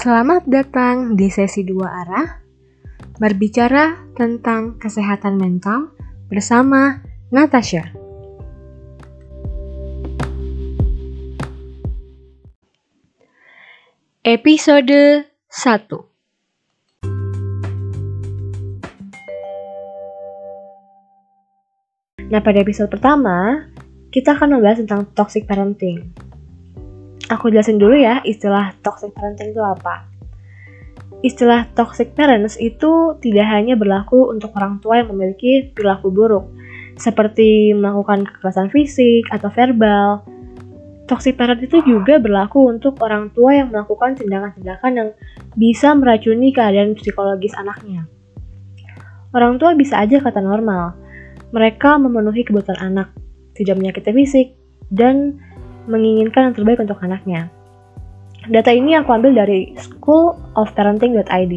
Selamat datang di sesi 2 arah, berbicara tentang kesehatan mental bersama Natasha. Episode 1. Nah, pada episode pertama, kita akan membahas tentang toxic parenting. Aku jelasin dulu ya istilah toxic parenting itu apa. Istilah toxic parents itu tidak hanya berlaku untuk orang tua yang memiliki perilaku buruk, seperti melakukan kekerasan fisik atau verbal. Toxic parent itu juga berlaku untuk orang tua yang melakukan tindakan-tindakan yang bisa meracuni keadaan psikologis anaknya. Orang tua bisa aja kata normal. Mereka memenuhi kebutuhan anak, tidak menyakiti fisik, dan menginginkan yang terbaik untuk anaknya. Data ini aku ambil dari schoolofparenting.id.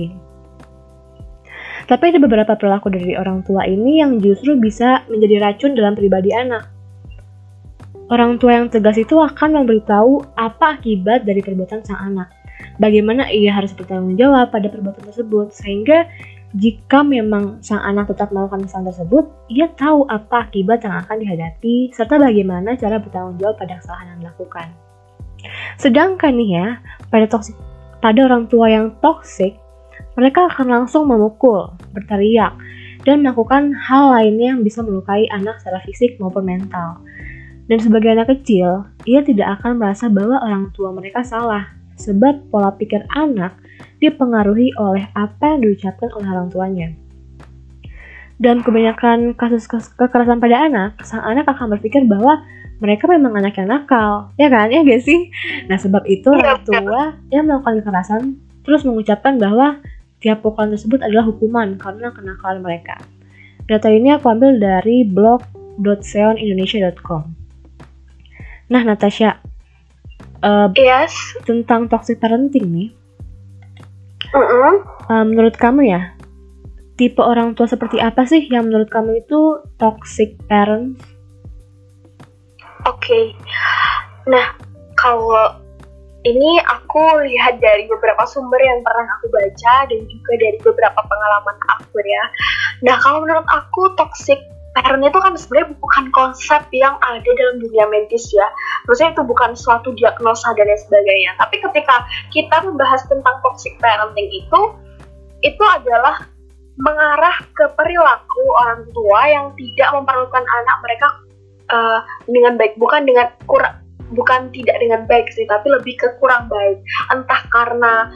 Tapi ada beberapa perilaku dari orang tua ini yang justru bisa menjadi racun dalam pribadi anak. Orang tua yang tegas itu akan memberitahu apa akibat dari perbuatan sang anak, bagaimana ia harus bertanggung jawab pada perbuatan tersebut, sehingga jika memang sang anak tetap melakukan kesalahan tersebut, ia tahu apa akibat yang akan dihadapi, serta bagaimana cara bertanggung jawab pada kesalahan yang dilakukan. Sedangkan nih ya, pada orang tua yang toksik, mereka akan langsung memukul, berteriak, dan melakukan hal lainnya yang bisa melukai anak secara fisik maupun mental. Dan sebagai anak kecil, ia tidak akan merasa bahwa orang tua mereka salah, sebab pola pikir anak dipengaruhi oleh apa yang diucapkan oleh orang tuanya. Dalam kebanyakan kasus kekerasan pada anak, sang anak akan berpikir bahwa mereka memang anak yang nakal, ya kan? Ya gak sih? Nah, sebab itu orang tua yang melakukan kekerasan terus mengucapkan bahwa tiap pukulan tersebut adalah hukuman karena kenakalan mereka. Data ini aku ambil dari blog.seonindonesia.com. Nah, Natasha, tentang toxic parenting nih, menurut kamu ya, tipe orang tua seperti apa sih yang menurut kamu itu toxic parents? Oke. Nah, kalau ini aku lihat dari beberapa sumber yang pernah aku baca dan juga dari beberapa pengalaman aku ya. Nah, kalau menurut aku toxic parent itu kan sebenarnya bukan konsep yang ada dalam dunia medis ya. Maksudnya itu bukan suatu diagnosa dan lain sebagainya. Tapi ketika kita membahas tentang toxic parenting itu adalah mengarah ke perilaku orang tua yang tidak memperlakukan anak mereka dengan baik, bukan tidak dengan baik sih, tapi lebih ke kurang baik. Entah karena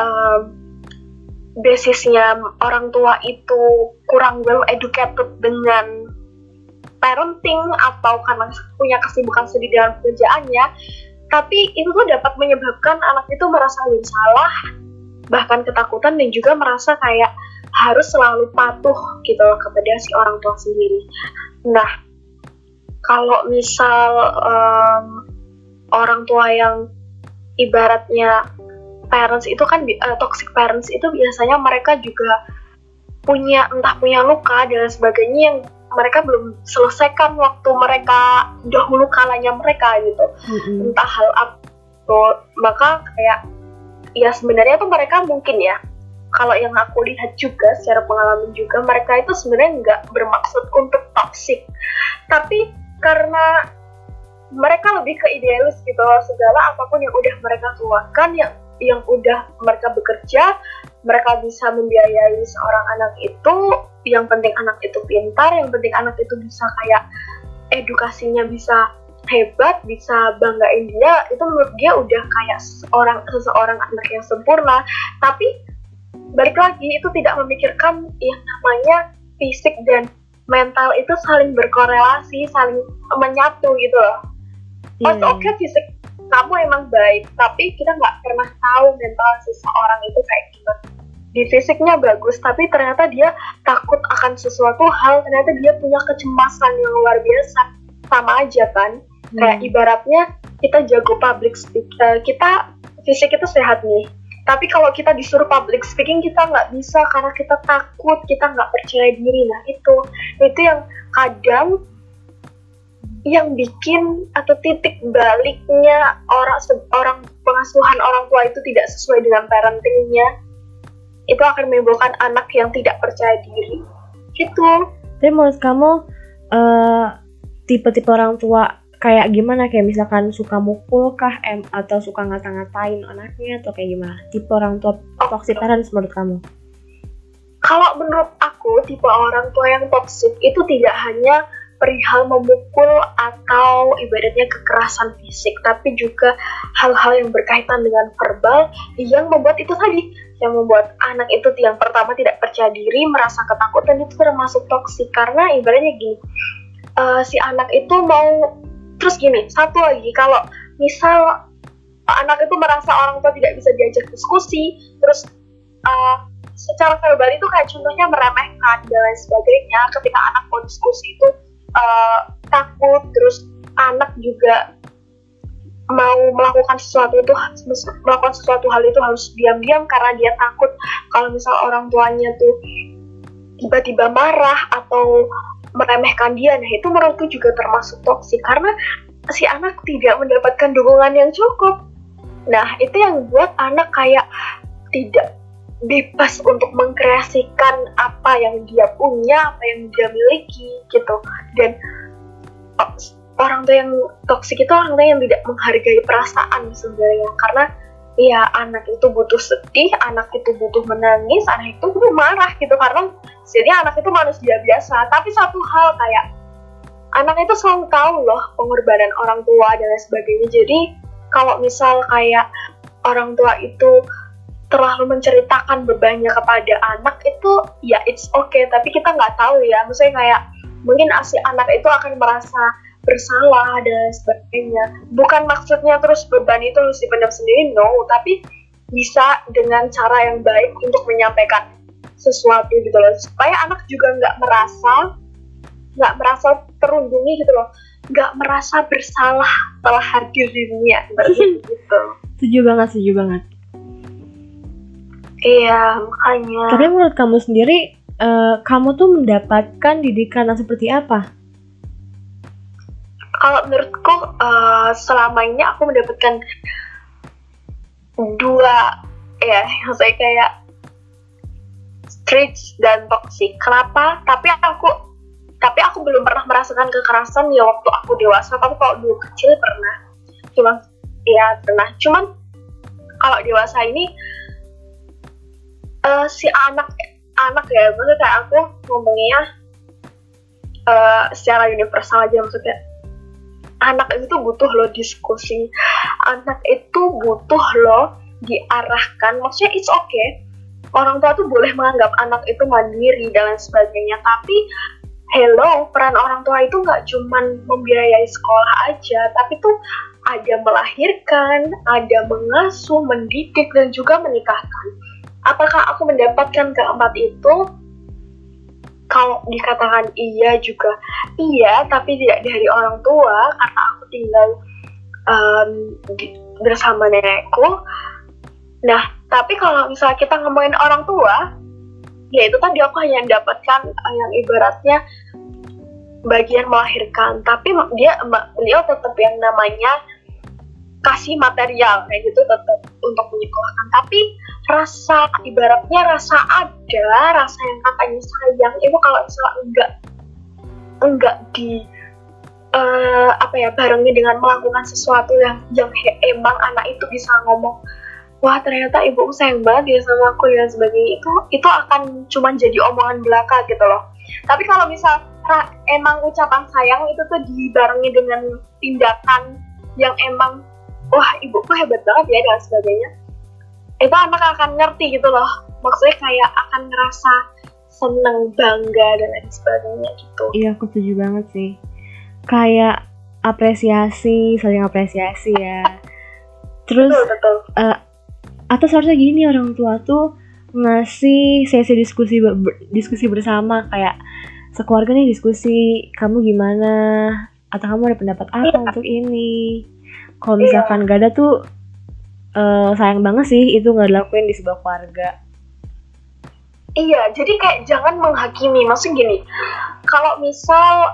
basisnya orang tua itu kurang well educated dengan parenting atau karena punya kesibukan sendiri dalam pekerjaannya, tapi itu tuh dapat menyebabkan anak itu merasa bersalah, bahkan ketakutan, dan juga merasa kayak harus selalu patuh gitu loh kepada si orang tua sendiri. Nah, kalau misal orang tua yang ibaratnya parents itu kan toxic parents itu biasanya mereka juga punya luka dan sebagainya yang mereka belum selesaikan waktu mereka dahulu kalanya mereka gitu. Entah hal apa, maka kayak ya sebenarnya tuh mereka mungkin ya, kalau yang aku lihat juga secara pengalaman juga, mereka itu sebenarnya nggak bermaksud untuk toxic, tapi karena mereka lebih ke idealis gitu loh, segala apapun yang udah mereka keluarkan, yang udah mereka bekerja, mereka bisa membiayai seorang anak itu, yang penting anak itu pintar, yang penting anak itu bisa kayak edukasinya bisa hebat, bisa banggain dia, itu menurut dia udah kayak seseorang anak yang sempurna. Tapi balik lagi, itu tidak memikirkan yang namanya fisik dan mental itu saling berkorelasi, saling menyatu gitu loh. Oke, fisik kamu emang baik, tapi kita nggak pernah tahu mental seseorang itu kayak gimana. Di fisiknya bagus, tapi ternyata dia takut akan sesuatu hal, ternyata dia punya kecemasan yang luar biasa. Sama aja kan, kayak ibaratnya kita jago public speak, kita fisik itu sehat nih, tapi kalau kita disuruh public speaking kita nggak bisa karena kita takut, kita nggak percaya diri. Nah itu yang kadang yang bikin atau titik baliknya orang pengasuhan orang tua itu tidak sesuai dengan parentingnya, itu akan menimbulkan anak yang tidak percaya diri gitu. Tapi menurut kamu tipe-tipe orang tua kayak gimana? Kayak misalkan suka mukul kah, atau suka ngata-ngatain anaknya, atau kayak gimana? Tipe orang tua toxic parents menurut kamu? Kalau menurut aku, tipe orang tua yang toxic itu tidak hanya perihal memukul atau ibaratnya kekerasan fisik, tapi juga hal-hal yang berkaitan dengan verbal yang membuat itu tadi, yang membuat anak itu yang pertama tidak percaya diri, merasa ketakutan, itu termasuk toksik. Karena ibaratnya gini, si anak itu mau, terus gini, satu lagi, kalau misal anak itu merasa orang tua tidak bisa diajak diskusi, terus secara verbal itu kayak contohnya meremehkan dan lain sebagainya, ketika anak mau diskusi itu takut, terus anak juga mau melakukan sesuatu hal itu harus diam-diam karena dia takut kalau misal orang tuanya tuh tiba-tiba marah atau meremehkan dia. Nah, itu menurutku juga termasuk toksik karena si anak tidak mendapatkan dukungan yang cukup. Nah, itu yang buat anak kayak tidak bebas untuk mengkreasikan apa yang dia punya, apa yang dia miliki gitu. Dan orang tua yang toksik itu orang tua yang tidak menghargai perasaan sebenarnya, karena ya anak itu butuh sedih, anak itu butuh menangis, anak itu butuh marah gitu, karena jadi anak itu manusia biasa. Tapi satu hal, kayak anak itu selalu tahu loh pengorbanan orang tua dan lain sebagainya. Jadi kalau misal kayak orang tua itu terlalu menceritakan bebannya kepada anak, itu ya it's okay, tapi kita nggak tahu ya, maksudnya kayak mungkin si anak itu akan merasa bersalah dan sebagainya. Bukan maksudnya terus beban itu harus dipendam sendiri, no, tapi bisa dengan cara yang baik untuk menyampaikan sesuatu gitu loh, supaya anak juga nggak merasa terundungi gitu loh, nggak merasa bersalah telah hadir di dunia gitu. Setuju banget. Iya, makanya. Tapi menurut kamu sendiri, kamu tuh mendapatkan didikan yang seperti apa? Kalau menurutku, selama ini aku mendapatkan dua, ya, maksudnya kayak strict dan toxic. Kenapa? Tapi aku belum pernah merasakan kekerasan ya waktu aku dewasa. Tapi kalau dulu kecil pernah. Pernah. Cuman kalau dewasa ini, si anak ya, maksudnya kayak aku ngomongnya secara universal aja, maksudnya anak itu butuh lo diskusi, anak itu butuh lo diarahkan. Maksudnya it's okay, orang tua tuh boleh menganggap anak itu mandiri dan lain sebagainya, tapi hello, peran orang tua itu nggak cuman membiayai sekolah aja, tapi tuh ada melahirkan, ada mengasuh, mendidik, dan juga menikahkan. Apakah aku mendapatkan keempat itu? Kalau dikatakan iya juga iya, tapi tidak dari orang tua, karena aku tinggal bersama nenekku. Nah, tapi kalau misalnya kita ngomongin orang tua, ya itu tadi aku hanya mendapatkan yang ibaratnya bagian melahirkan, tapi beliau tetap yang namanya kasih material kayak gitu, tetap untuk menyekolahkan. Tapi rasa ibaratnya rasa yang katanya sayang itu kalau misalnya enggak di barengi dengan melakukan sesuatu yang emang anak itu bisa ngomong, wah ternyata ibu sayang banget ya sama aku dan sebagainya, itu akan cuma jadi omongan belaka gitu loh. Tapi kalau misal emang ucapan sayang itu tuh dibarengi dengan tindakan yang emang, wah ibuku hebat banget ya dan sebagainya, itu anak akan ngerti gitu loh, maksudnya kayak akan ngerasa seneng, bangga dan lain sebagainya gitu. Iya, aku setuju banget sih, kayak saling apresiasi ya. Terus betul. Atau seharusnya gini, orang tua tuh ngasih sesi diskusi bersama, kayak sekeluarga nih diskusi, kamu gimana, atau kamu ada pendapat apa untuk ini. Kalau misalkan gak ada tuh sayang banget sih itu gak dilakuin di sebuah keluarga. Iya, jadi kayak jangan menghakimi. Maksudnya gini, kalau misal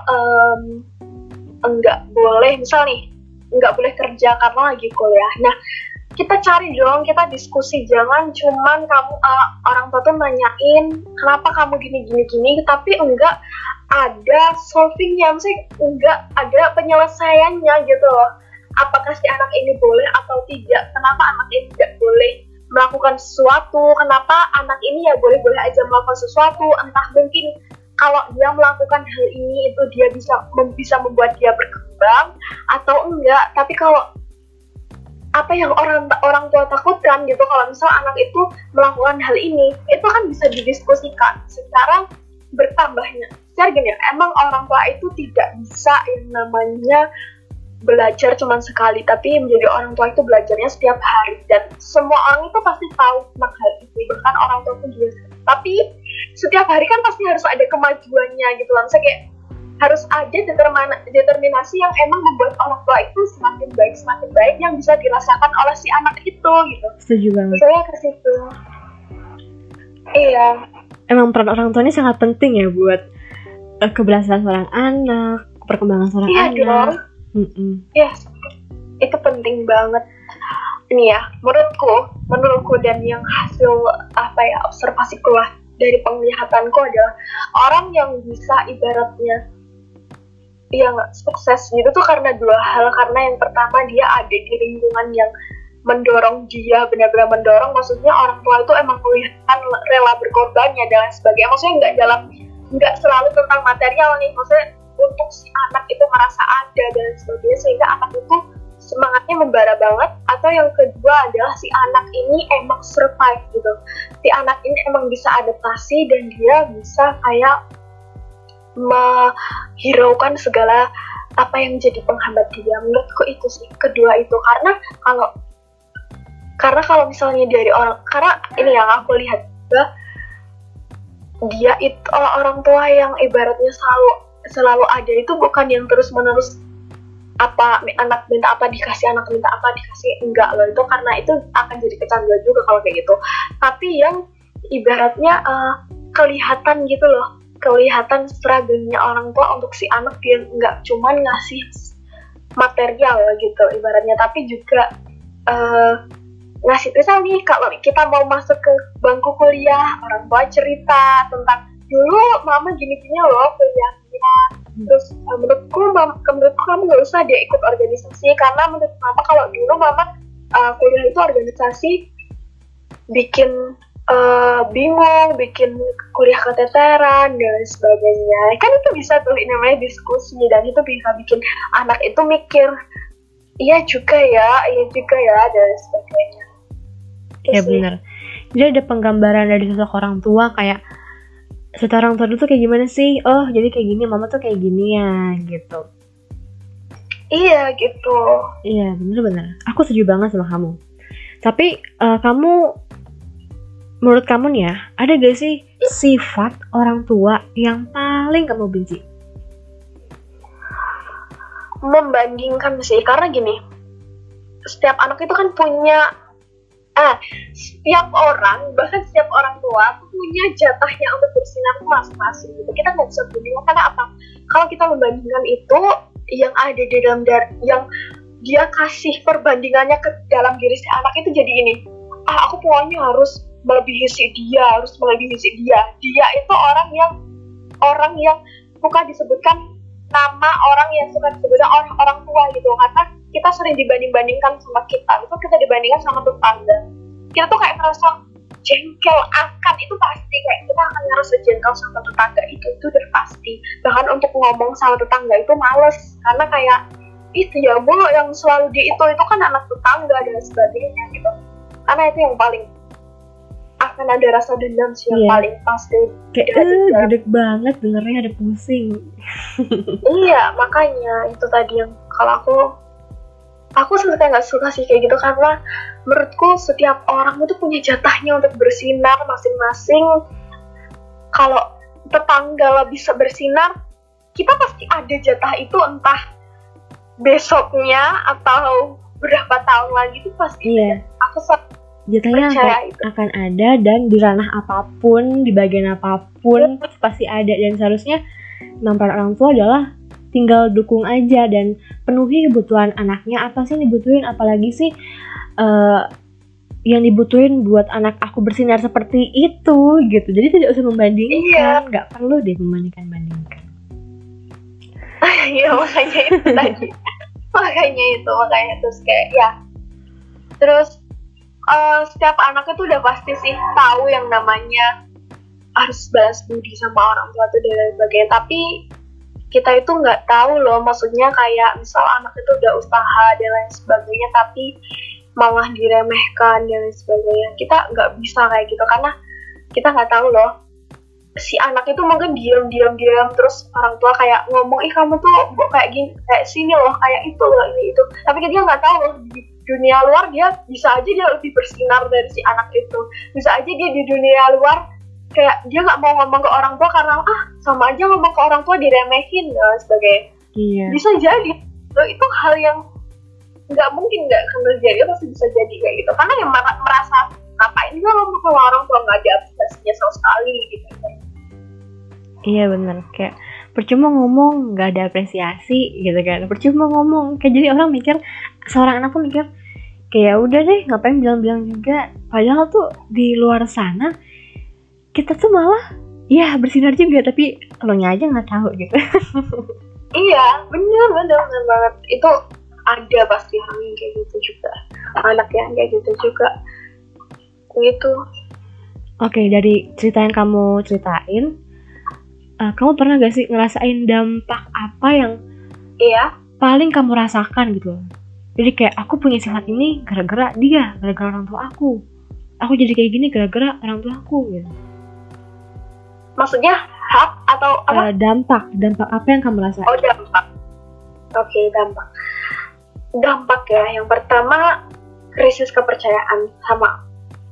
nggak boleh kerja karena lagi kuliah. Nah, kita cari dong, kita diskusi, jangan cuman kamu orang tua tuh nanyain kenapa kamu gini, tapi enggak ada solvingnya, maksudnya enggak ada penyelesaiannya gitu loh. Apakah si anak ini boleh atau tidak, kenapa anak ini tidak boleh melakukan sesuatu, kenapa anak ini ya boleh-boleh aja melakukan sesuatu, entah mungkin kalau dia melakukan hal ini itu dia bisa membuat dia berkembang atau enggak. Tapi kalau apa yang orang tua takutkan gitu, kalau misal anak itu melakukan hal ini, itu kan bisa didiskusikan secara bertambahnya. Secara gini, emang orang tua itu tidak bisa yang namanya belajar cuma sekali, tapi menjadi orang tua itu belajarnya setiap hari, dan semua orang itu pasti tahu tentang hal itu, bahkan orang tua pun juga. Tapi setiap hari kan pasti harus ada kemajuannya gitu lah, misalnya kayak harus ada determinasi yang emang membuat orang tua itu semakin baik yang bisa dirasakan oleh si anak itu gitu. Setuju banget. Misalnya ke situ. Iya. Emang peran orang tua ini sangat penting ya buat keberhasilan seorang anak, perkembangan seorang anak. Dong. Ya, itu penting banget. Ini ya, menurutku dan yang hasil observasiku lah dari penglihatanku adalah orang yang bisa ibaratnya yang sukses gitu tuh karena dua hal. Karena yang pertama, dia ada di lingkungan yang mendorong dia, benar-benar mendorong, maksudnya orang tua itu emang kelihatan rela berkorbannya dan sebagainya. Maksudnya nggak selalu tentang material nih, maksudnya untuk si anak itu merasa ada dan sebagainya, sehingga anak itu semangatnya membara banget. Atau yang kedua adalah si anak ini emang survive gitu, si anak ini emang bisa adaptasi dan dia bisa kayak menghiraukan segala apa yang jadi penghambat dia. Menurutku itu sih, kedua itu. Karena kalau misalnya dari karena ini yang aku lihat juga, dia itu orang tua yang ibaratnya selalu ada itu bukan yang terus-menerus apa anak minta apa dikasih, anak minta apa dikasih, enggak loh, itu karena itu akan jadi kecanduan juga kalau kayak gitu. Tapi yang ibaratnya kelihatan gitu loh, kelihatan struggle-nya orang tua untuk si anak, dia enggak cuman ngasih material gitu ibaratnya, tapi juga ngasih misal nih kalau kita mau masuk ke bangku kuliah, orang tua cerita tentang dulu mama gini-gini loh kuliahnya. Terus menurutku kamu nggak usah dia ikut organisasi, karena menurut mama kalau dulu mama kuliah itu organisasi bikin bingung, bikin kuliah keteteran dan sebagainya. Kan itu bisa tuh namanya diskusi, dan itu bisa bikin anak itu mikir iya juga ya dan sebagainya. Iya benar. Jadi ada penggambaran dari sosok orang tua, kayak setiap orang tua dulu tuh kayak gimana sih? Oh, jadi kayak gini, mama tuh kayak gini ya, gitu. Iya, gitu. Iya, bener-bener. Aku setuju banget sama kamu. Tapi, menurut kamu nih ya, ada gak sih sifat orang tua yang paling kamu benci? Membandingkan sih, karena gini, setiap anak itu kan punya setiap orang, bahkan setiap orang tua punya jatahnya untuk bersinar masing-masing gitu. Kita nggak bisa bandingkan, karena apa? Kalau kita membandingkan itu, yang ada di dalam yang dia kasih perbandingannya ke dalam diri si anak itu jadi ini, aku pokoknya harus melebihi si dia. Dia itu orang yang suka disebutkan nama, orang yang suka disebutkan orang tua gitu, karena kita sering dibanding-bandingkan sama kita dibandingkan sama tetangga. Kita tuh kayak merasa jengkel akan itu pasti, kayak kita akan ngerasa jengkel sama tetangga itu udah pasti. Bahkan untuk ngomong sama tetangga itu males, karena kayak itu ya mulu yang selalu itu kan anak tetangga dan sebagainya gitu. Karena itu yang paling akan ada rasa dendam sih yang paling pasti. Kayak gede banget dengernya, ada pusing. Iya, makanya itu tadi yang kalau aku sebenarnya nggak suka sih kayak gitu, karena menurutku setiap orang itu punya jatahnya untuk bersinar masing-masing. Kalau tetangga bisa bersinar, kita pasti ada jatah itu, entah besoknya atau berapa tahun lagi itu pasti. Iya. Aku jatahnya akan ada, dan di ranah apapun, di bagian apapun pasti ada. Dan seharusnya memang peran orang tua adalah tinggal dukung aja dan penuhi kebutuhan anaknya. Apa sih yang dibutuhin, apalagi sih yang dibutuhin buat anak aku bersinar seperti itu gitu. Jadi tidak usah membandingkan, nggak perlu deh membandingkan. Iya makanya itu tadi, makanya terus kayak ya, terus setiap anak itu udah pasti sih tahu yang namanya harus balas budi sama orang tua tuh dan sebagainya, tapi kita itu nggak tahu loh, maksudnya kayak misal anak itu udah usaha dan lain sebagainya tapi malah diremehkan dan lain sebagainya. Kita nggak bisa kayak gitu karena kita nggak tahu loh, si anak itu mungkin diam terus orang tua kayak ngomong, ih kamu tuh kayak gini, kayak sini loh, kayak itu loh, ini itu, tapi dia nggak tahu loh di dunia luar dia bisa aja dia lebih bersinar dari si anak itu, bisa aja dia di dunia luar kayak dia nggak mau ngomong ke orang tua karena sama aja ngomong ke orang tua diremehin dan sebagainya. Bisa jadi itu hal yang nggak mungkin nggak akan terjadi, pasti bisa jadi kayak gitu karena yang merasa ngapain juga ngomong sama orang tua, nggak ada apresiasinya sama sekali gitu. Iya benar, kayak percuma ngomong nggak ada apresiasi gitu kan, percuma ngomong kayak jadi orang mikir, seorang anak tuh mikir kayak udah deh ngapain bilang-bilang juga, padahal tuh di luar sana kita tuh malah ya bersinar juga tapi elonya aja nggak tahu gitu. Iya bener banget, itu ada pasti orang yang kayak gitu juga, anak yang kayak gitu juga gitu. Oke, dari cerita yang kamu ceritain, kamu pernah gak sih ngerasain dampak apa yang paling kamu rasakan gitu? Jadi kayak aku punya sifat ini gara-gara dia, gara-gara orang tua aku jadi kayak gini gara-gara orang tua aku gitu. Maksudnya hak atau apa? Dampak apa yang kamu rasain? Oh dampak. Oke, dampak ya. Yang pertama krisis kepercayaan sama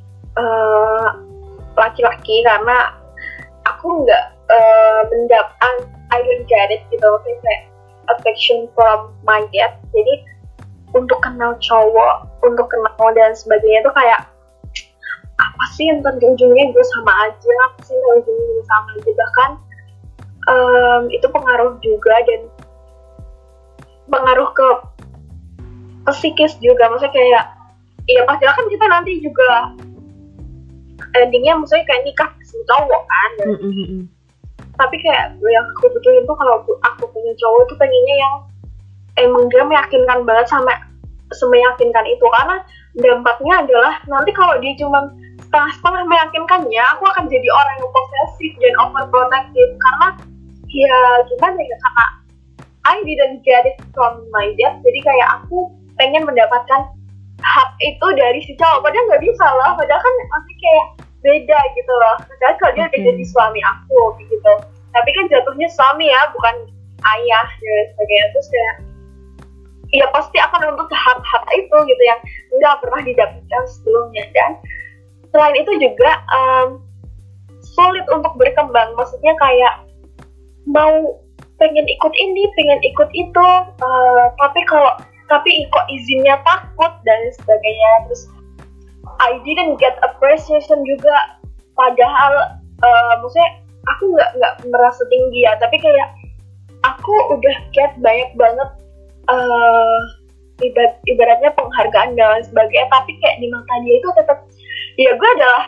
laki-laki karena aku nggak I don't get it gitu, kayak affection from my dad. Jadi untuk kenal cowok, untuk kenal dan sebagainya itu kayak apa sih yang ujungnya gue sama aja, apa sih yang ujungnya gue sama aja, bahkan itu pengaruh juga dan pengaruh ke psikis juga, maksudnya kayak iya padahal kan kita nanti juga endingnya maksudnya kayak nikah sama cowok kan. Tapi kayak yang aku butuhin tuh kalau aku punya cowok tuh pengennya yang emang dia meyakinkan banget sama semeyakinkan itu, karena dampaknya adalah nanti kalau dia cuma setengah-setengah meyakinkannya, aku akan jadi orang yang posesif dan overprotective karena ya gimana ya, karena I didn't get it from my dad, jadi kayak aku pengen mendapatkan hak itu dari si cowok, padahal nggak bisa loh, padahal kan pasti kayak beda gitu loh, padahal kalau dia udah jadi suami aku gitu, tapi kan jatuhnya suami ya, bukan ayah dan sebagainya, terus kayak ya pasti akan menuntut hak-hak itu gitu yang nggak pernah didapatkan sebelumnya. Dan selain itu juga sulit untuk berkembang, maksudnya kayak mau pengen ikut ini, pengen ikut itu, tapi kok izinnya takut dan sebagainya. Terus I didn't get appreciation juga, padahal maksudnya aku nggak merasa tinggi ya, tapi kayak aku udah get banyak banget ibaratnya penghargaan dan sebagainya, tapi kayak di mata dia itu tetap ya gue adalah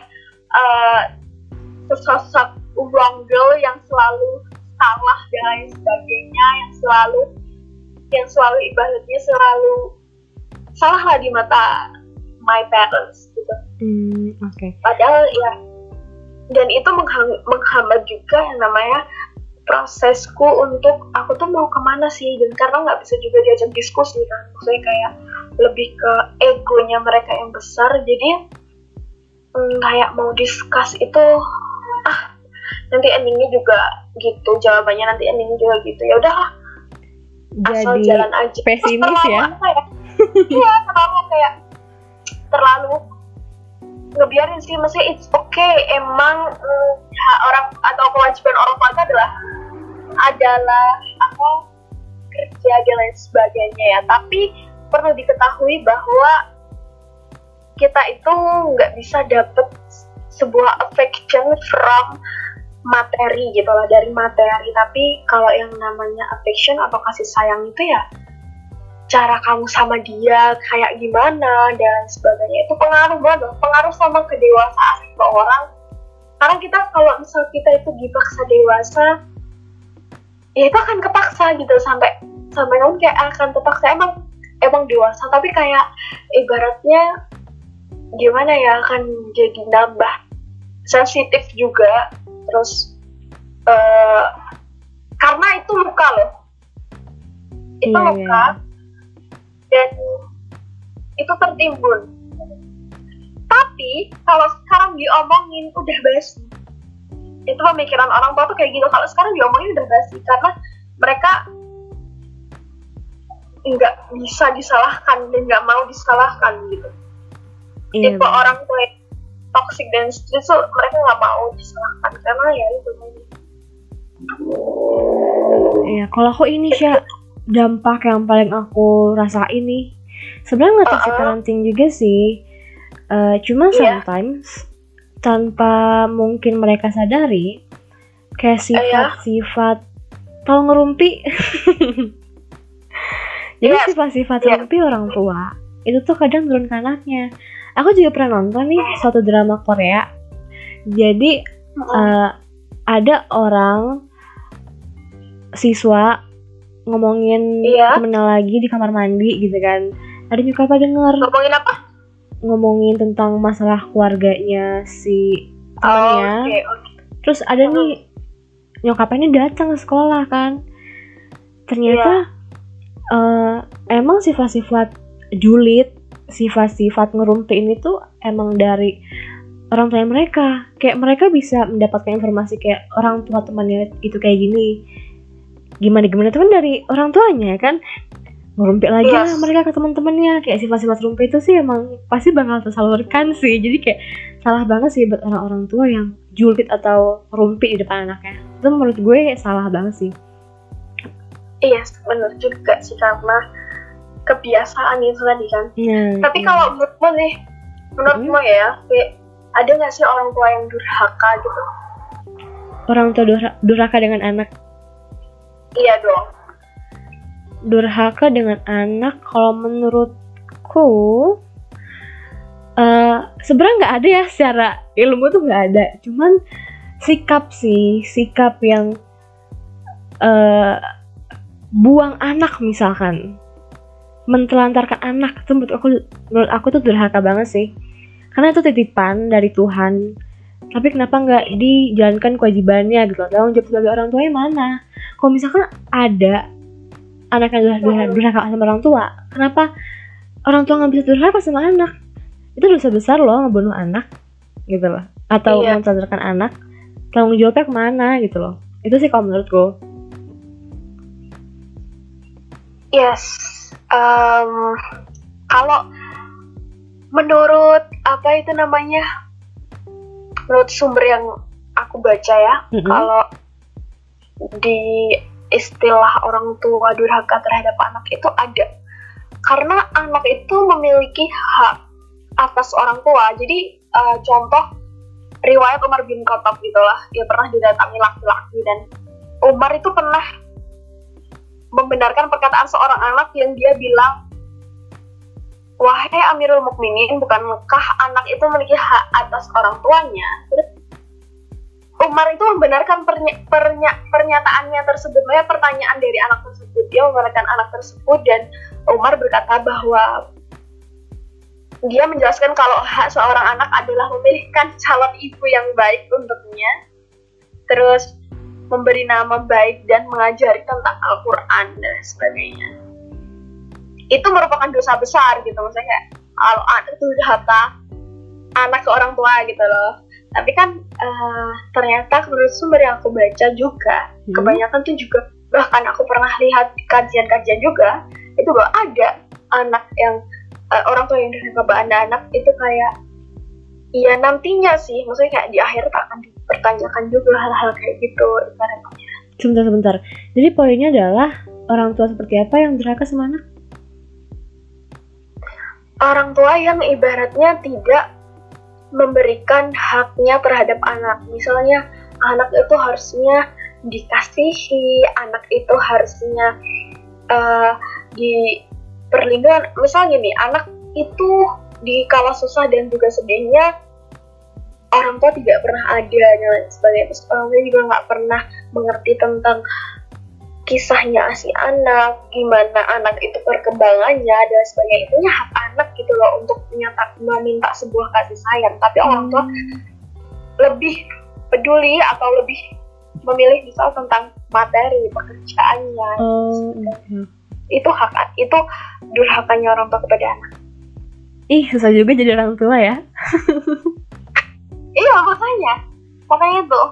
sesosok wrong girl yang selalu salah dan lain sebagainya, yang selalu ibaratnya selalu salah lah di mata my parents gitu. Padahal ya, dan itu menghambat juga yang namanya prosesku untuk aku tuh mau kemana sih, dan karena nggak bisa juga diajak diskusi kan, maksudnya kayak lebih ke egonya mereka yang besar, jadi kayak mau discuss itu nanti endingnya juga gitu, jawabannya nanti endingnya juga gitu, ya udahlah asal jadi jalan aja. pesimis ya. Iya, terlalu ngebiarin sih, maksudnya it's okay, emang hak orang atau kewajiban orang tua itu adalah apa, kerja dan lain sebagainya ya, tapi perlu diketahui bahwa kita itu nggak bisa dapet sebuah affection from materi gitu lah, dari materi. Tapi kalau yang namanya affection atau kasih sayang itu ya cara kamu sama dia kayak gimana dan sebagainya, itu pengaruh banget, pengaruh sama kedewasaan seseorang. Karena kita kalau misal kita itu dipaksa dewasa, ya itu akan kepaksa gitu, sampai kamu kayak akan terpaksa emang dewasa, tapi kayak ibaratnya gimana ya, akan jadi nambah sensitif juga. Terus karena itu luka loh, itu luka. Dan itu tertimbun. Tapi kalau sekarang diomongin udah basi. Itu pemikiran orang tua tuh kayak gitu. Kalau sekarang diomongin udah basi, karena mereka nggak bisa disalahkan dan nggak mau disalahkan gitu. Tipe orang tua yang toxic dan stress tuh mereka nggak mau disalahkan karena ya itu. Iya, kalau aku ini sih dampak yang paling aku rasain nih, sebenarnya nggak toxic parenting juga sih, cuma sometimes tanpa mungkin mereka sadari, kayak sifat-sifat tau ngerumpi. Jadi sifat-sifat ngerumpi orang tua itu tuh kadang turun ke anaknya. Aku juga pernah nonton nih suatu drama Korea. Jadi ada orang siswa ngomongin temennya lagi di kamar mandi gitu kan. Ada nyokapnya denger. Ngomongin apa? Ngomongin tentang masalah keluarganya si temennya. Terus ada nih nyokapnya datang ke sekolah kan. Ternyata emang sifat-sifat julid, sifat-sifat ngerumpi ini tuh emang dari orang tua mereka. Kayak mereka bisa mendapatkan informasi kayak orang tua temannya itu kayak gini, gimana tuh kan dari orang tuanya kan. Ngerumpi lagi lah mereka ke teman-temannya. Kayak sifat-sifat rumpi itu sih emang pasti bakal tersalurkan sih. Jadi kayak salah banget sih buat orang-orang tua yang julid atau rumpi di depan anaknya. Itu menurut gue salah banget sih. Iya, benar juga sih, karena kebiasaan itu tadi kan. Tapi kalau menurutmu ya, ada nggak sih orang tua yang durhaka gitu? Orang tua durhaka dengan anak? Iya dong. Durhaka dengan anak, kalau menurutku sebenarnya nggak ada ya, secara ilmu tuh nggak ada. Cuman sikap yang buang anak misalkan, mentelantarkan anak, itu menurut aku tuh durhaka banget sih. Karena itu titipan dari Tuhan, tapi kenapa nggak dijalankan kewajibannya gitu? Tanggung jawab sebagai orang tuanya mana? Kalau misalkan ada anak yang durhaka sama orang tua, kenapa orang tua nggak bisa durhaka sama anak? Itu dosa besar loh, ngebunuh anak gitu loh, atau mentelantarkan anak. Tanggung jawabnya kemana gitu loh? Itu sih kalau menurutku. Yes, kalau menurut menurut sumber yang aku baca ya, kalau di istilah orang tua durhaka terhadap anak itu ada, karena anak itu memiliki hak atas orang tua. Jadi contoh riwayat Umar bin Khattab gitulah, dia pernah didatangi laki-laki dan Umar itu pernah membenarkan perkataan seorang anak yang dia bilang, wahai Amirul Mukminin, bukankah anak itu memiliki hak atas orang tuanya? Terus Umar itu membenarkan pernyataannya tersebut, pertanyaan dari anak tersebut. Dia membenarkan anak tersebut, dan Umar berkata bahwa dia menjelaskan kalau hak seorang anak adalah memilihkan calon ibu yang baik untuknya, terus memberi nama baik dan mengajari tentang Al-Quran dan sebagainya. Itu merupakan dosa besar gitu, maksudnya kayak kalau anak itu durhaka anak ke orang tua gitu loh. Tapi kan ternyata menurut sumber yang aku baca juga, kebanyakan tuh juga, bahkan aku pernah lihat kajian-kajian juga, itu bahwa ada anak yang orang tua yang durhaka anak itu kayak, ya nantinya sih, maksudnya kayak di akhir akan dipertanyakan juga hal-hal kayak gitu ibaratnya. Sebentar. Jadi poinnya adalah orang tua seperti apa yang durhaka sama anak? Orang tua yang ibaratnya tidak memberikan haknya terhadap anak. Misalnya anak itu harusnya dikasihi, anak itu harusnya di perlindungan. Misalnya gini, anak itu di kala susah dan juga sedihnya orang tua tidak pernah ada dan lain sebagainya. Terus orang tua juga nggak pernah mengerti tentang kisahnya si anak, gimana anak itu perkembangannya dan sebagainya. Itu hak anak gitu loh untuk meminta sebuah kasih sayang. Tapi orang tua lebih peduli atau lebih memilih misal tentang materi pekerjaannya. Itu durhakanya orang tua kepada anak. Ih, susah juga jadi orang tua ya. Iya, makanya tuh.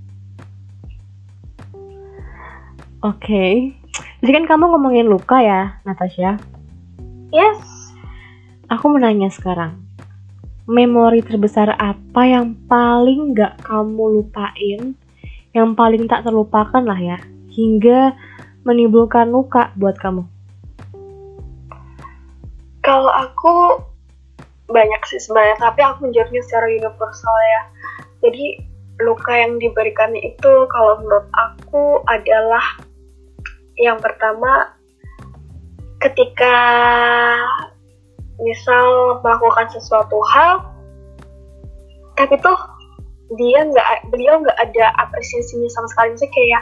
Oke. Jadi kan kamu ngomongin luka ya, Natasha? Yes. Aku mau nanya sekarang. Memori terbesar apa yang paling gak kamu lupain, yang paling tak terlupakan lah ya, hingga menimbulkan luka buat kamu? Kalau aku banyak sih sebenarnya, tapi aku menjawabnya secara universal ya. Jadi luka yang diberikan itu kalau menurut aku adalah yang pertama ketika misal melakukan sesuatu hal tapi tuh beliau nggak ada apresiasinya sama sekali. Misalnya kayak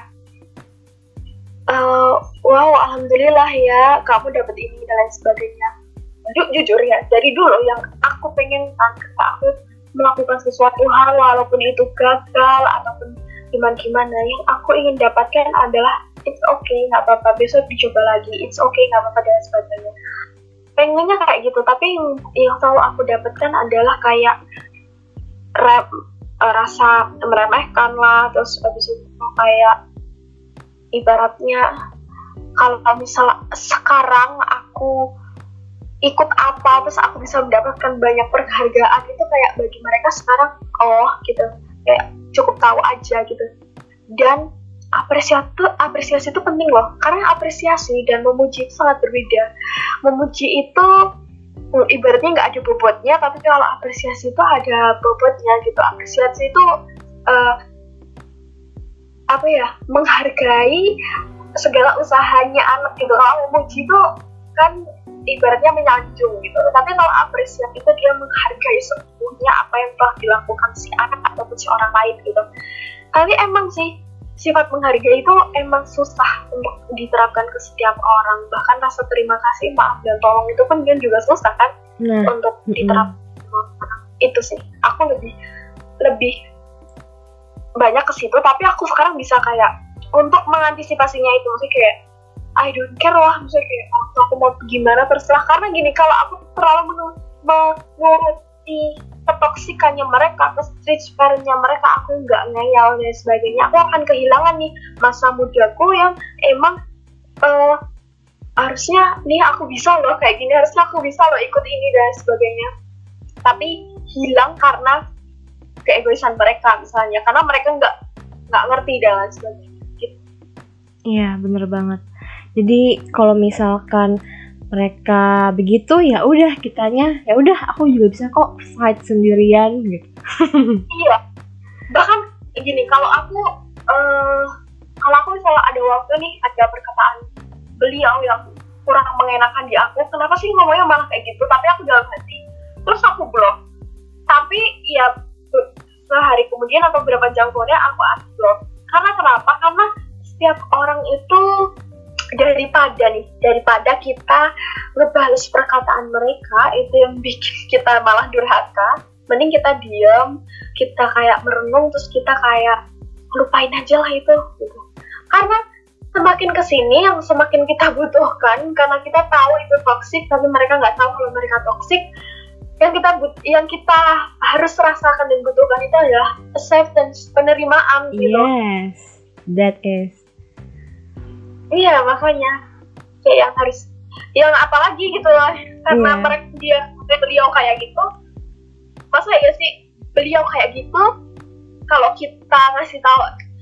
wow alhamdulillah ya kamu dapat ini dan lain sebagainya. Jujur ya, dari dulu yang aku pengen ketika aku melakukan sesuatu hal walaupun itu gagal ataupun gimana yang aku ingin dapatkan adalah it's okay, nggak apa-apa, besok dicoba lagi, it's okay, nggak apa-apa dan sebagainya. Pengennya kayak gitu, tapi yang selalu aku dapatkan adalah kayak rasa meremehkan lah, terus habis itu kayak ibaratnya kalau misalnya sekarang aku ikut apa terus aku bisa mendapatkan banyak penghargaan, itu kayak bagi mereka sekarang gitu kayak cukup tahu aja gitu. Dan apresiasi itu penting loh, karena apresiasi dan memuji itu sangat berbeda. Memuji itu ibaratnya nggak ada bobotnya, tapi kalau apresiasi itu ada bobotnya gitu. Apresiasi itu menghargai segala usahanya anak gitu. Kalau memuji itu kan ibaratnya menyanjung gitu, tapi kalau apresiasi itu dia menghargai sepenuhnya apa yang telah dilakukan si anak ataupun si orang lain gitu. Tapi emang sih sifat menghargai itu emang susah untuk diterapkan ke setiap orang. Bahkan rasa terima kasih, maaf dan tolong itu pun juga susah kan untuk diterapkan. Itu sih aku lebih banyak ke situ. Tapi aku sekarang bisa kayak untuk mengantisipasinya itu, maksudnya kayak I don't care lah, misalnya kayak aku mau gimana terserah. Karena gini, kalau aku terlalu menuruti ketoksikannya mereka, ke-street parent-nya mereka, aku nggak ngeyel dan sebagainya, aku akan kehilangan nih masa mudaku yang emang harusnya nih aku bisa loh kayak gini, harusnya aku bisa loh ikut ini dan sebagainya. Tapi hilang karena keegoisan mereka misalnya, karena mereka nggak ngerti dan lain sebagainya. Gitu. Iya, bener banget. Jadi kalau misalkan mereka begitu ya udah kitanya ya udah aku juga bisa kok fight sendirian gitu. Iya. Bahkan gini, kalau aku misalnya ada waktu nih ada perkataan beliau yang kurang mengenakan di aku, kenapa sih ngomongnya malah kayak gitu, tapi aku dalam hati terus aku blok. Tapi ya sehari kemudian atau beberapa jam kemudian aku unblock. Karena kenapa? Karena setiap orang itu daripada kita ngebales perkataan mereka itu yang bikin kita malah durhaka, mending kita diam, kita kayak merenung, terus kita kayak lupain aja lah itu gitu. Karena semakin kesini yang semakin kita butuhkan, karena kita tahu itu toksik tapi mereka nggak tahu kalau mereka toksik. Yang kita harus rasakan dan butuhkan itu adalah acceptance, penerimaan gitu. Yes, that is. Iya, makanya kayak yang apalagi gitu loh, karena beliau kayak gitu, masa ya sih beliau kayak gitu, kalau kita ngasih tahu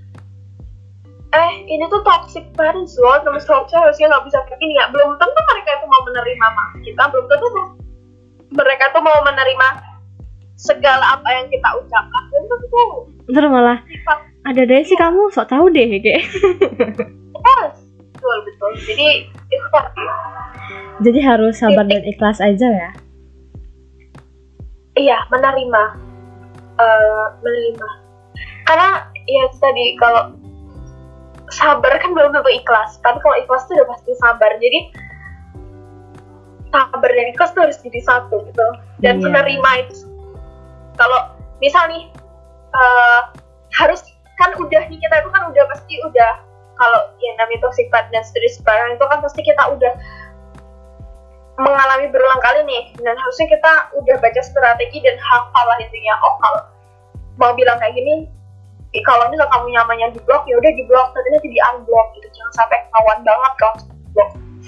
ini tuh toxic parents loh, teman harusnya nggak bisa kayak gini ya, belum tentu mereka itu mau menerima kita, belum tentu mereka tuh mau menerima segala apa yang kita ucapkan, belum tentu. Bener, malah ada deh sih kamu sok tahu deh kayak. Yes, betul. Jadi itu tadi. Jadi harus sabar dan ikhlas aja ya. Iya, menerima. Karena ya itu tadi, kalau sabar kan belum tentu ikhlas, tapi kalau ikhlas tuh udah pasti sabar. Jadi sabar dan ikhlas tuh harus jadi satu gitu. Dan menerima itu. Kalau misal nih harus kan udah nih, kita itu kan udah pasti udah, kalau yang namanya toxic masculinity sekarang itu kan pasti kita udah mengalami berulang kali nih, dan harusnya kita udah baca strategi dan hafal lah intinya. Oh, kalau mau bilang kayak gini, kalau misal kamu nyamannya di blok, ya udah di blok, tapi nanti di unblock gitu. Jangan sampai ketahuan banget kalau blok.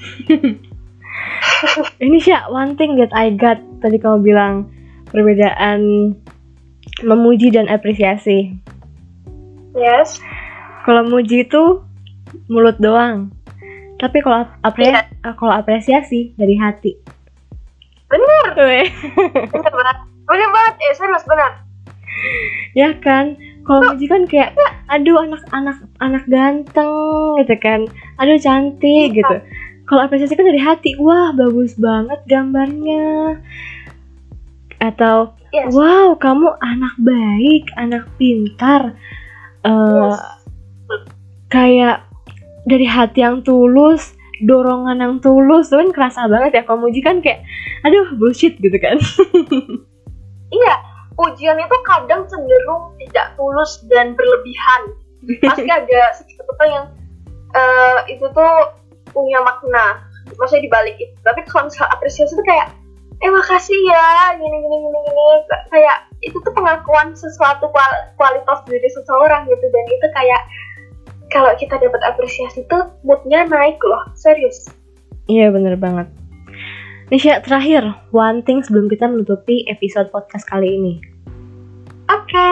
Ini sih one thing that I got tadi kamu bilang perbedaan memuji dan apresiasi. Yes. Kalau muji itu mulut doang, tapi kalau apresiasi dari hati. Bener banget. Serius bener. Ya kan, kalau muji kan kayak, aduh anak ganteng gitu kan, aduh cantik gitu. Kalau apresiasi kan dari hati, wah bagus banget gambarnya, atau wow kamu anak baik, anak pintar. Kayak dari hati yang tulus, dorongan yang tulus, tuh kan kerasa banget ya. Kalau muji kan kayak, aduh bullshit gitu kan. Iya, pujian itu kadang cenderung tidak tulus dan berlebihan. Pasti ada sesuatu yang itu tuh punya makna, maksudnya dibalik itu. Tapi kalau misalnya apresiasi itu kayak, makasih ya, gini, kayak itu tuh pengakuan sesuatu kualitas dari seseorang gitu. Dan itu kayak, kalau kita dapat apresiasi tuh moodnya naik loh, serius. Iya bener banget. Nisha, terakhir one thing sebelum kita menutupi episode podcast kali ini. Oke.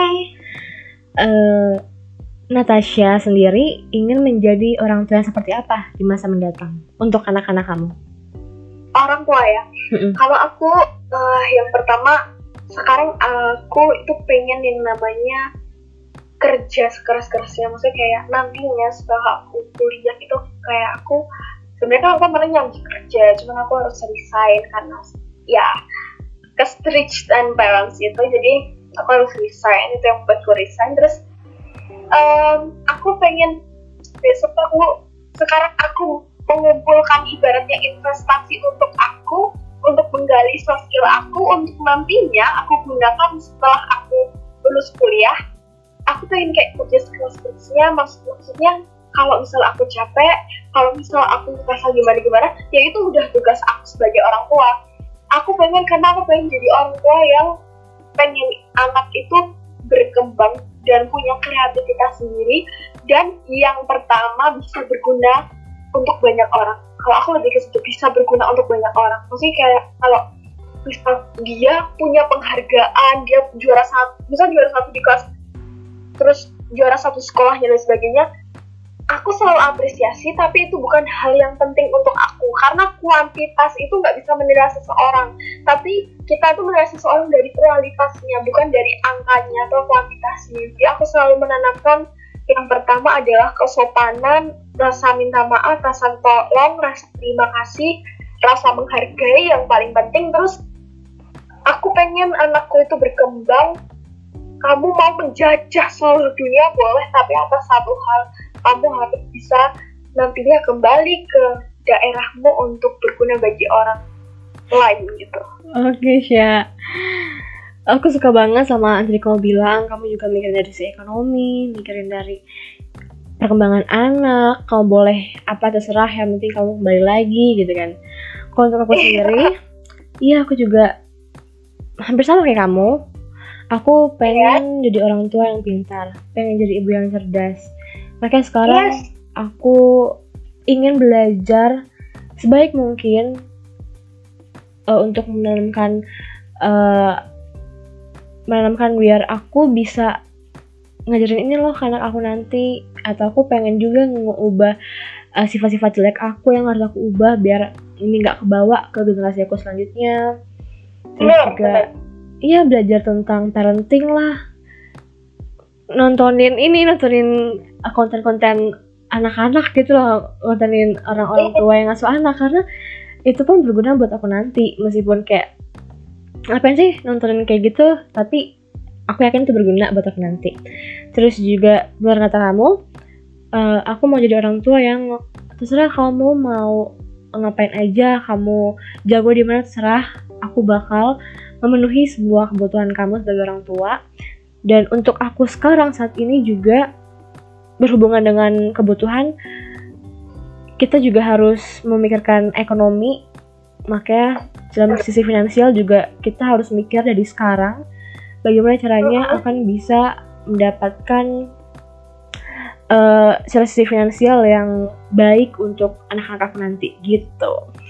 Natasha sendiri ingin menjadi orang tua yang seperti apa di masa mendatang untuk anak-anak kamu? Orang tua ya. Kalau aku yang pertama, sekarang aku itu pengen yang namanya kerja sekeras-kerasnya. Maksudnya kayak nantinya setelah aku kuliah itu kayak aku sebenarnya kan aku kemarin nyambi kerja, cuman aku harus resign karena ya kestriction parents itu. Jadi aku harus resign, itu yang buat aku resign. Terus aku pengen besok sekarang aku mengumpulkan ibaratnya investasi untuk aku, untuk menggali soft skill aku, untuk nantinya aku gunakan setelah aku lulus kuliah. Aku pengen kayak kerja sekelas-kelasnya, maksudnya kalau misal aku capek, kalau misal aku merasa gimana, ya itu udah tugas aku sebagai orang tua. Aku pengen, karena aku pengen jadi orang tua yang pengen anak itu berkembang dan punya kreativitas sendiri, dan yang pertama bisa berguna untuk banyak orang. Kalau aku lebih ke situ, bisa berguna untuk banyak orang. Maksudnya kayak kalau misal dia punya penghargaan, dia juara satu di kelas, terus juara satu sekolahnya dan sebagainya, aku selalu apresiasi. Tapi itu bukan hal yang penting untuk aku, karena kuantitas itu nggak bisa menilai seseorang, tapi kita itu menilai seseorang dari kualitasnya, bukan dari angkanya atau kuantitasnya. Jadi aku selalu menanamkan yang pertama adalah kesopanan, rasa minta maaf, rasa tolong, rasa terima kasih, rasa menghargai yang paling penting. Terus aku pengen anakku itu berkembang. Kamu mau menjajah seluruh dunia boleh, tapi atas satu hal, kamu harus bisa nantinya kembali ke daerahmu untuk berguna bagi orang lain gitu. Oke, Sya. Aku suka banget sama yang tadi kamu bilang, kamu juga mikirin dari sisi ekonomi, mikirin dari perkembangan anak, kamu boleh apa terserah, yang penting kamu kembali lagi gitu kan. Kalau untuk aku sendiri, iya aku juga hampir sama kayak kamu. Aku pengen jadi orang tua yang pintar, pengen jadi ibu yang cerdas. Makanya sekarang aku ingin belajar sebaik mungkin untuk menanamkan biar aku bisa ngajarin ini loh ke anak aku nanti. Atau aku pengen juga ngubah sifat-sifat jelek aku yang harus aku ubah biar ini gak kebawa ke generasi aku selanjutnya. Terus juga iya belajar tentang parenting lah, nontonin konten-konten anak-anak gitu loh, nontonin orang-orang tua yang ngasuh anak, karena itu pun berguna buat aku nanti. Meskipun kayak ngapain sih nontonin kayak gitu, tapi aku yakin itu berguna buat aku nanti. Terus juga benar kata kamu, aku mau jadi orang tua yang terserah kamu mau ngapain aja, kamu jago di mana terserah, aku bakal memenuhi semua kebutuhan kamu sebagai orang tua. Dan untuk aku sekarang saat ini juga berhubungan dengan kebutuhan, kita juga harus memikirkan ekonomi. Makanya dalam sisi finansial juga kita harus mikir dari sekarang bagaimana caranya akan bisa mendapatkan secara sisi finansial yang baik untuk anak-anak nanti gitu.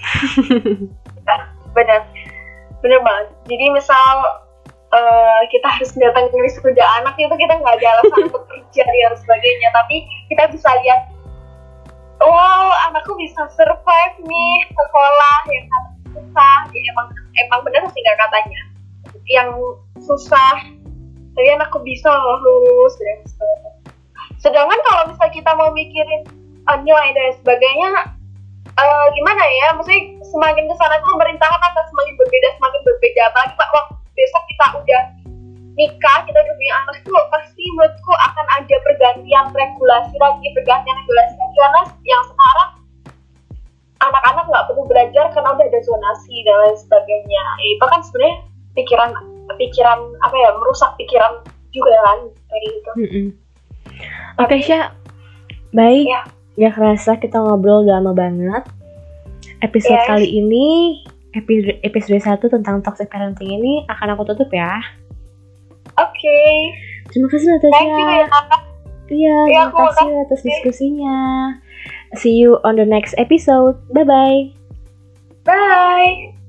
Benar banget. Jadi misal kita harus datang ke wisuda anak, itu kita nggak ada alasan untuk kerja dan sebagainya, tapi kita bisa lihat, wow, anakku bisa survive nih sekolah yang susah. Jadi emang benar sih nggak katanya yang susah, tapi anakku bisa lulus dan sebagainya. Sedangkan kalau misalnya kita mau mikirin nilai dan sebagainya, gimana ya, maksudnya semakin kesana tuh pemerintahan akan semakin berbeda. Apalagi waktu besok kita udah nikah, kita udah punya anak, tuh pasti menurutku akan ada pergantian regulasi lagi, karena yang sekarang anak-anak nggak perlu belajar karena udah ada zonasi dan lain sebagainya. Itu kan sebenarnya pikiran apa ya, merusak pikiran juga kan kayak gitu. Oke, Syah, baik ya. Gak kerasa kita ngobrol udah lama banget. Episode kali ini, episode 1 tentang toxic parenting ini akan aku tutup ya. Oke. Terima kasih Natasha. Thank you ya. Iya, terima kasih atas diskusinya. See you on the next episode. Bye-bye. Bye.